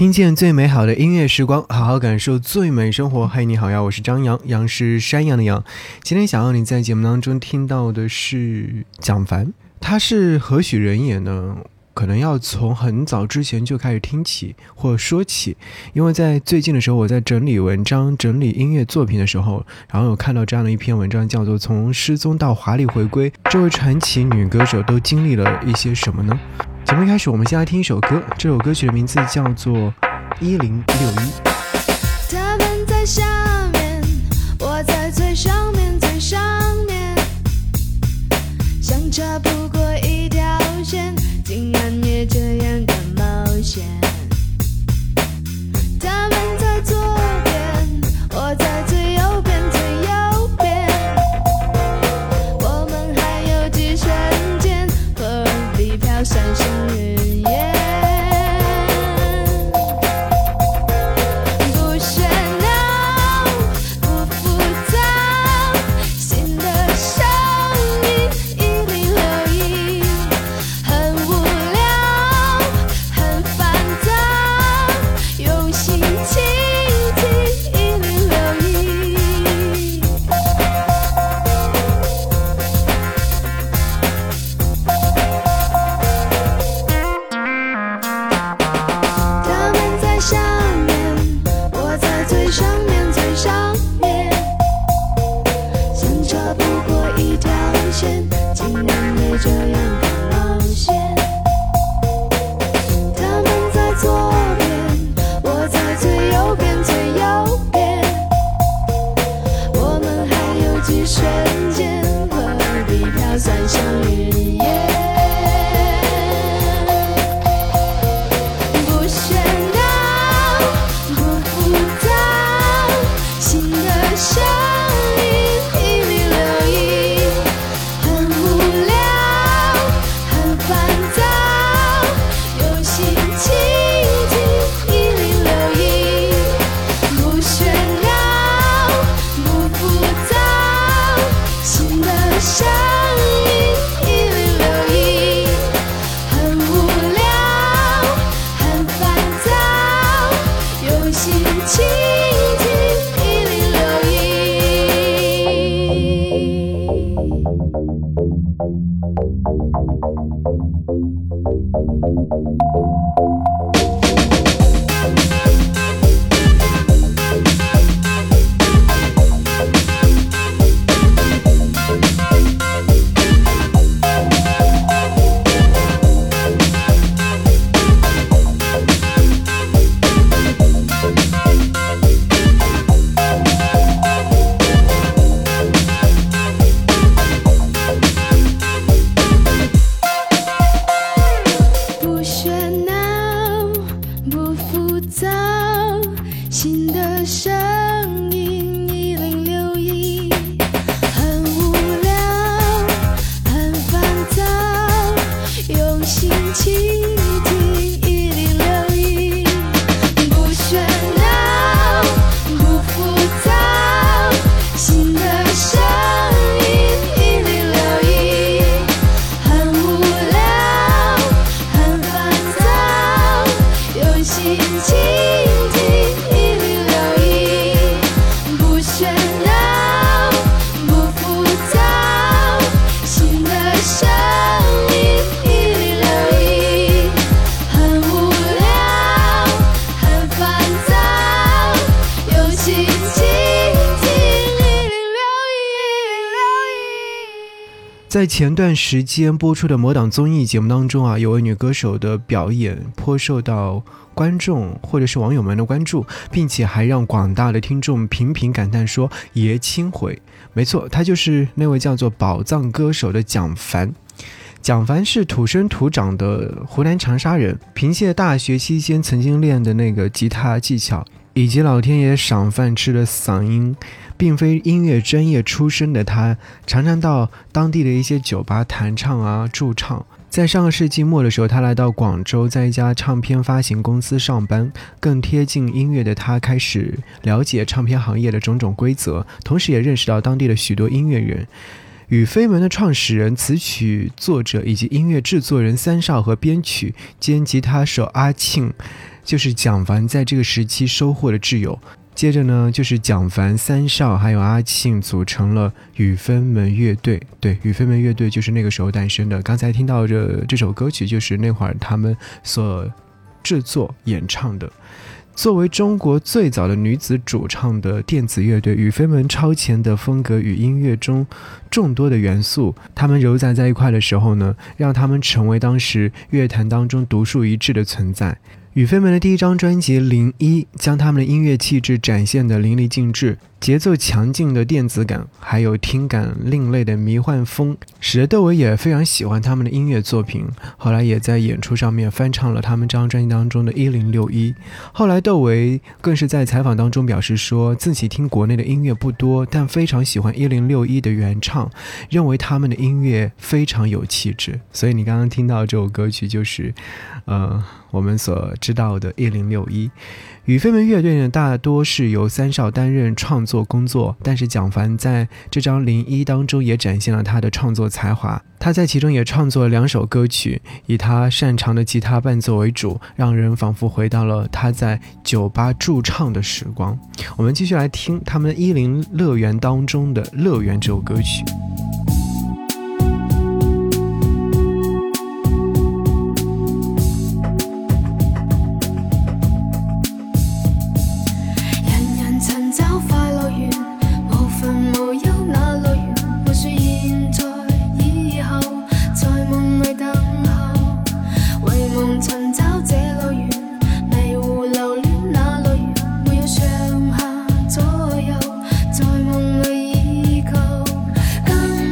听见最美好的音乐时光，好好感受最美生活。嘿，你好呀，我是张扬，杨是山羊的羊。今天想要你在节目当中听到的是蒋凡，他是何许人也呢？可能要从很早之前就开始听起或说起，因为在最近的时候，我在整理文章、整理音乐作品的时候，然后有看到这样的一篇文章，叫做《从失踪到华丽回归》，这位传奇女歌手都经历了一些什么呢？节目一开始，我们先来听一首歌，这首歌曲的名字叫做《1061》。 他们在下面，我在最上面，最上面，想插不过一条线，竟然也这样的冒险。他们在左边，我在最右边，最右边，我们还有几瞬间，河里飘闪闪日夜。 在前段时间播出的某档综艺节目当中啊，有位女歌手的表演颇受到观众或者是网友们的关注，并且还让广大的听众频频感叹说爷青回。没错，她就是那位叫做宝藏歌手的蒋凡。蒋凡是土生土长的湖南长沙人，凭借大学期间曾经练的那个吉他技巧，以及老天爷赏饭吃的嗓音，并非音乐专业出身的他，常常到当地的一些酒吧弹唱啊、驻唱。在上个世纪末的时候，他来到广州，在一家唱片发行公司上班。更贴近音乐的他，开始了解唱片行业的种种规则，同时也认识到当地的许多音乐人。 雨飞门的创始人、词曲作者以及音乐制作人三少和编曲兼吉他手阿庆，就是蒋凡在这个时期收获的挚友。接着呢，就是蒋凡、三少还有阿庆组成了雨飞门乐队。对，雨飞门乐队就是那个时候诞生的。刚才听到这首歌曲，就是那会儿他们所制作演唱的。作为中国最早的女子主唱的电子乐队，雨飞门超前的风格与音乐中众多的元素，他们糅杂在一块的时候呢，让他们成为当时乐坛当中独树一帜的存在。雨飞门的第一张专辑《01》将他们的音乐气质展现得淋漓尽致，节奏强劲的电子感，还有听感另类的迷幻风，使得窦唯也非常喜欢他们的音乐作品，后来也在演出上面翻唱了他们这张专辑当中的1061。后来窦唯更是在采访当中表示说，自己听国内的音乐不多，但非常喜欢1061的原唱，认为他们的音乐非常有气质。所以你刚刚听到这首歌曲就是我们所知道的1061。雨飞门乐队呢，大多是由三少担任创作工作，但是蒋凡在这张01当中也展现了他的创作才华。他在其中也创作了2首歌曲，以他擅长的吉他伴奏为主，让人仿佛回到了他在酒吧驻唱的时光。我们继续来听他们的10乐园当中的《乐园》这首歌曲。 上下左右，在梦里依靠。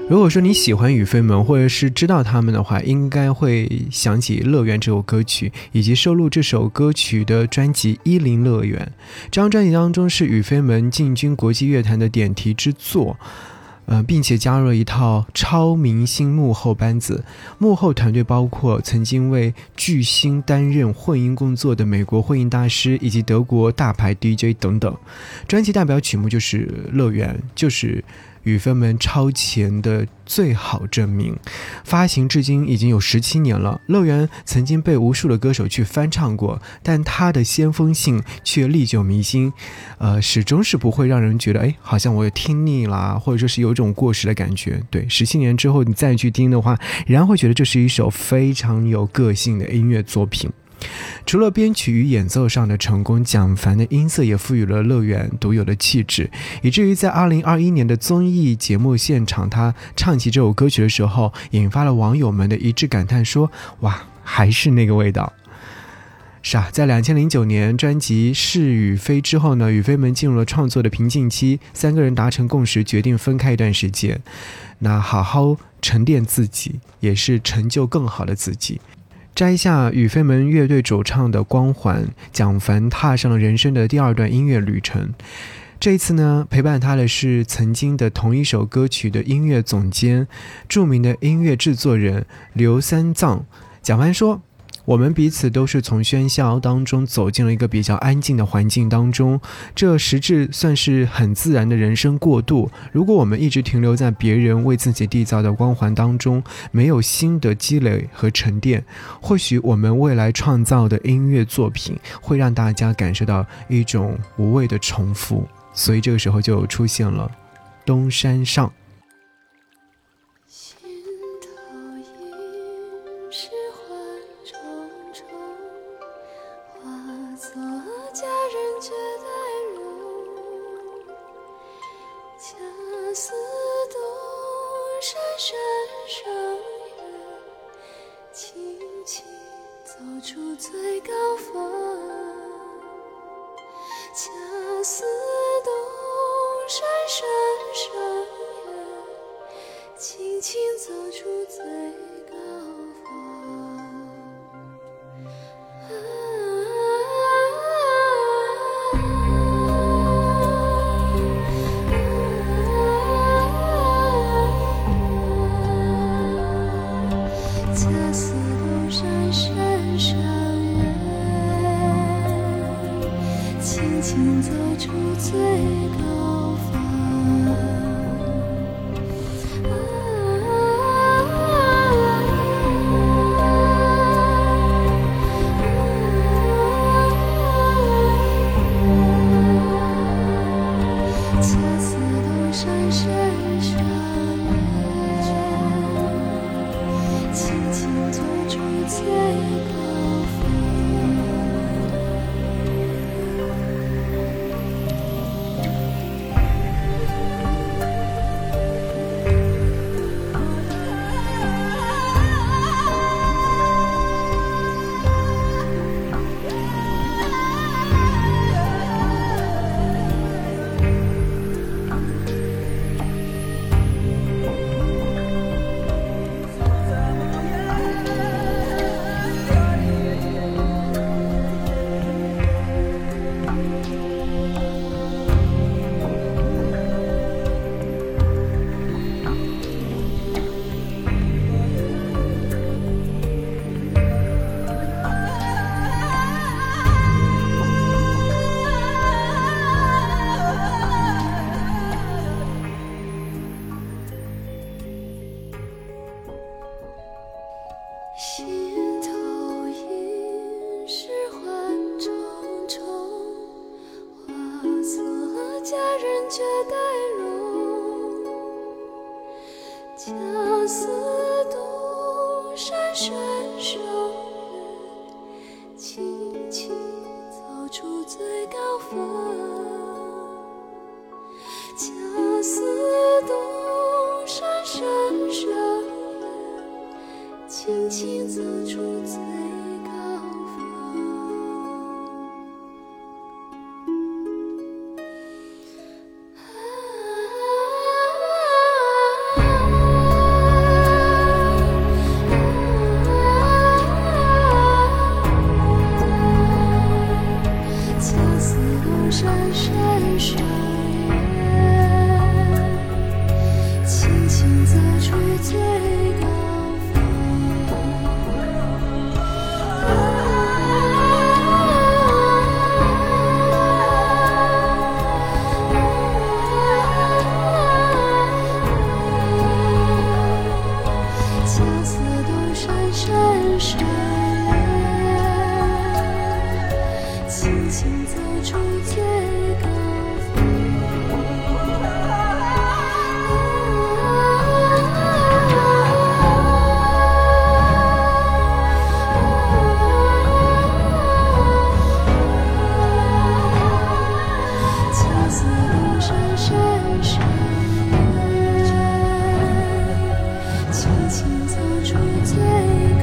如果说你喜欢雨飞门或者是知道他们的话，应该会想起《乐园》这首歌曲以及收录这首歌曲的专辑《依林乐园》。这张专辑当中是雨飞门进军国际乐坛的点题之作，并且加入了一套超明星幕后班子，幕后团队包括曾经为巨星担任混音工作的美国混音大师以及德国大牌 DJ 等等。专辑代表曲目就是《乐园》，就是雨飞门超前的最好证明。发行至今已经有17年了，乐园曾经被无数的歌手去翻唱过，但它的先锋性却历久弥新，始终是不会让人觉得好像我也听腻了，或者说是有一种过时的感觉。对，17年之后你再去听的话，仍然会觉得这是一首非常有个性的音乐作品。除了编曲与演奏上的成功，蒋凡的音色也赋予了乐园独有的气质，以至于在2021年的综艺节目现场，他唱起这首歌曲的时候，引发了网友们的一致感叹说，哇，还是那个味道。是啊，在2009年专辑《是与非》之后呢，雨飞门进入了创作的瓶颈期，3个人达成共识，决定分开一段时间，那好好沉淀自己，也是成就更好的自己。摘下雨飞门乐队主唱的光环，蒋凡踏上了人生的第2段音乐旅程。这一次呢，陪伴他的是曾经的同一首歌曲的音乐总监，著名的音乐制作人刘三藏。蒋凡说，我们彼此都是从喧嚣当中走进了一个比较安静的环境当中，这实质算是很自然的人生过渡。如果我们一直停留在别人为自己缔造的光环当中，没有新的积累和沉淀，或许我们未来创造的音乐作品会让大家感受到一种无谓的重复。所以这个时候就出现了东山上。 走出最高峰，恰似东山山上月，轻轻走出最高峰。恰似东山山上月，轻轻走出最高峰。恰似东山山上月，轻轻走出最高峰。心头应是幻重重，化作佳人绝代容。恰似东山山上月，轻轻走出最高峰。恰似东山山上月，轻轻走出最高峰。啊似冰山深深的家，轻轻走出最高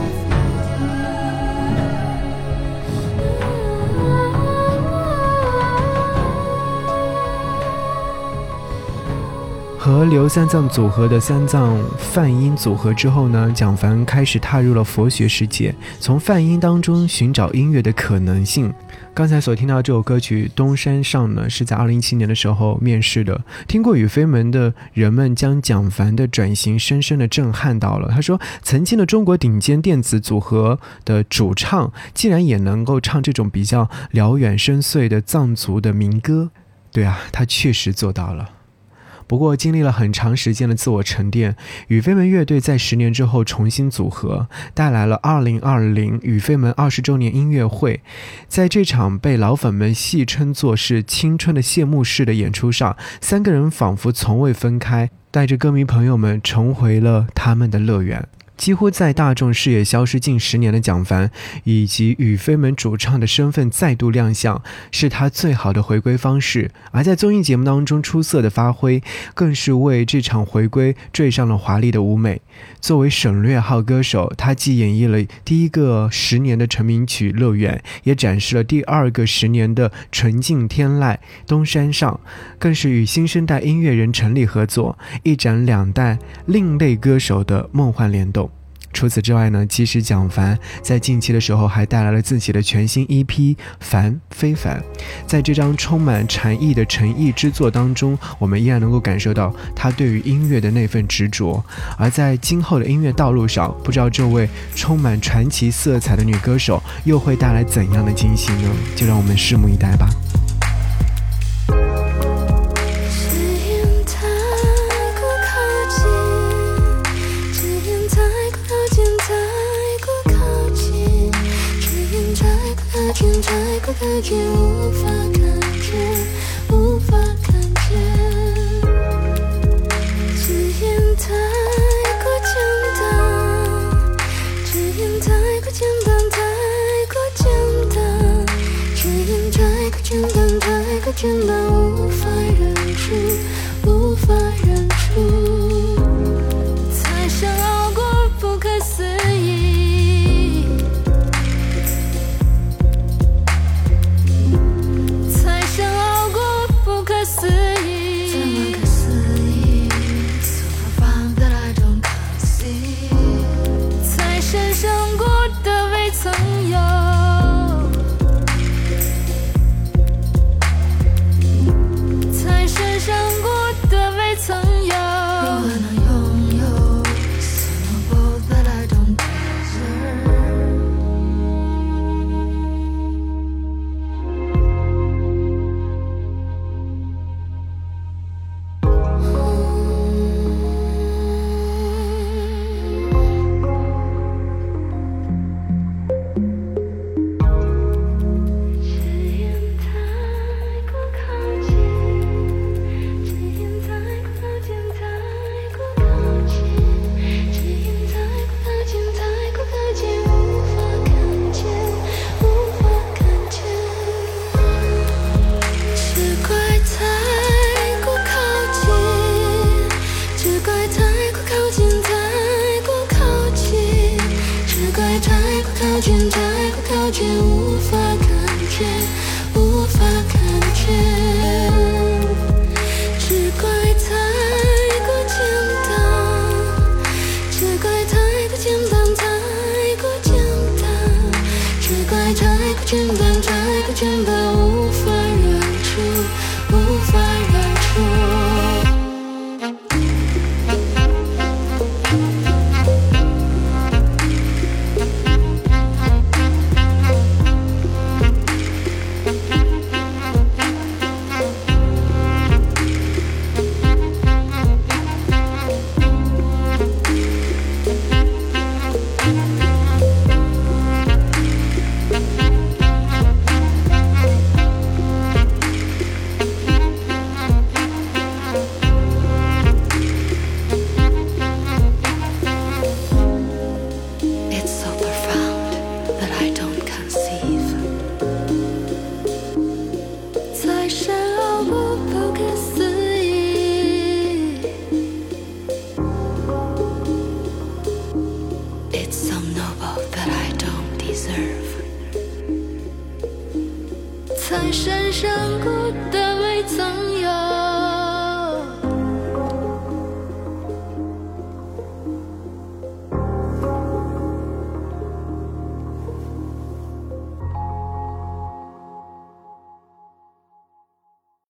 和刘三藏组合的三藏梵音组合之后呢，蒋凡开始踏入了佛学世界，从梵音当中寻找音乐的可能性。刚才所听到这首歌曲《东山上》呢，是在2017年的时候面世的。听过雨飞门的人们将蒋凡的转型深深的震撼到了。他说，曾经的中国顶尖电子组合的主唱，竟然也能够唱这种比较辽远深邃的藏族的民歌。对啊，他确实做到了。不过经历了很长时间的自我沉淀，雨飞门乐队在10年之后重新组合，带来了2020雨飞门20周年音乐会。在这场被老粉们戏称作是青春的谢幕式的演出上，3个人仿佛从未分开，带着歌迷朋友们重回了他们的乐园。几乎在大众视野消失近10年的蒋凡，以及雨飞门主唱的身份再度亮相，是他最好的回归方式。而在综艺节目当中出色的发挥，更是为这场回归缀上了华丽的舞美。作为省略号歌手，他既演绎了第一个10年的成名曲《乐园》，也展示了第2个10年的纯净天籁《东山上》，更是与新生代音乐人陈粒合作，一展2代另类歌手的梦幻联动。除此之外呢，其实蒋凡在近期的时候还带来了自己的全新 EP《凡非凡》。在这张充满禅意的诚意之作当中，我们依然能够感受到他对于音乐的那份执着。而在今后的音乐道路上，不知道这位充满传奇色彩的女歌手又会带来怎样的惊喜呢？就让我们拭目以待吧。 太过靠近，无法看见，无法看见，字眼太过简单，字眼太过简单，太过简单，字眼太过简单，太过简单，无法忍住，无法忍住，太想熬过不可思议。无法看见，无法看见，只怪太过简单，只怪太过简单，太过简单，只怪太过简单，太过简单，无法忍住，无法忍住。 It's so noble that I don't deserve。在深山谷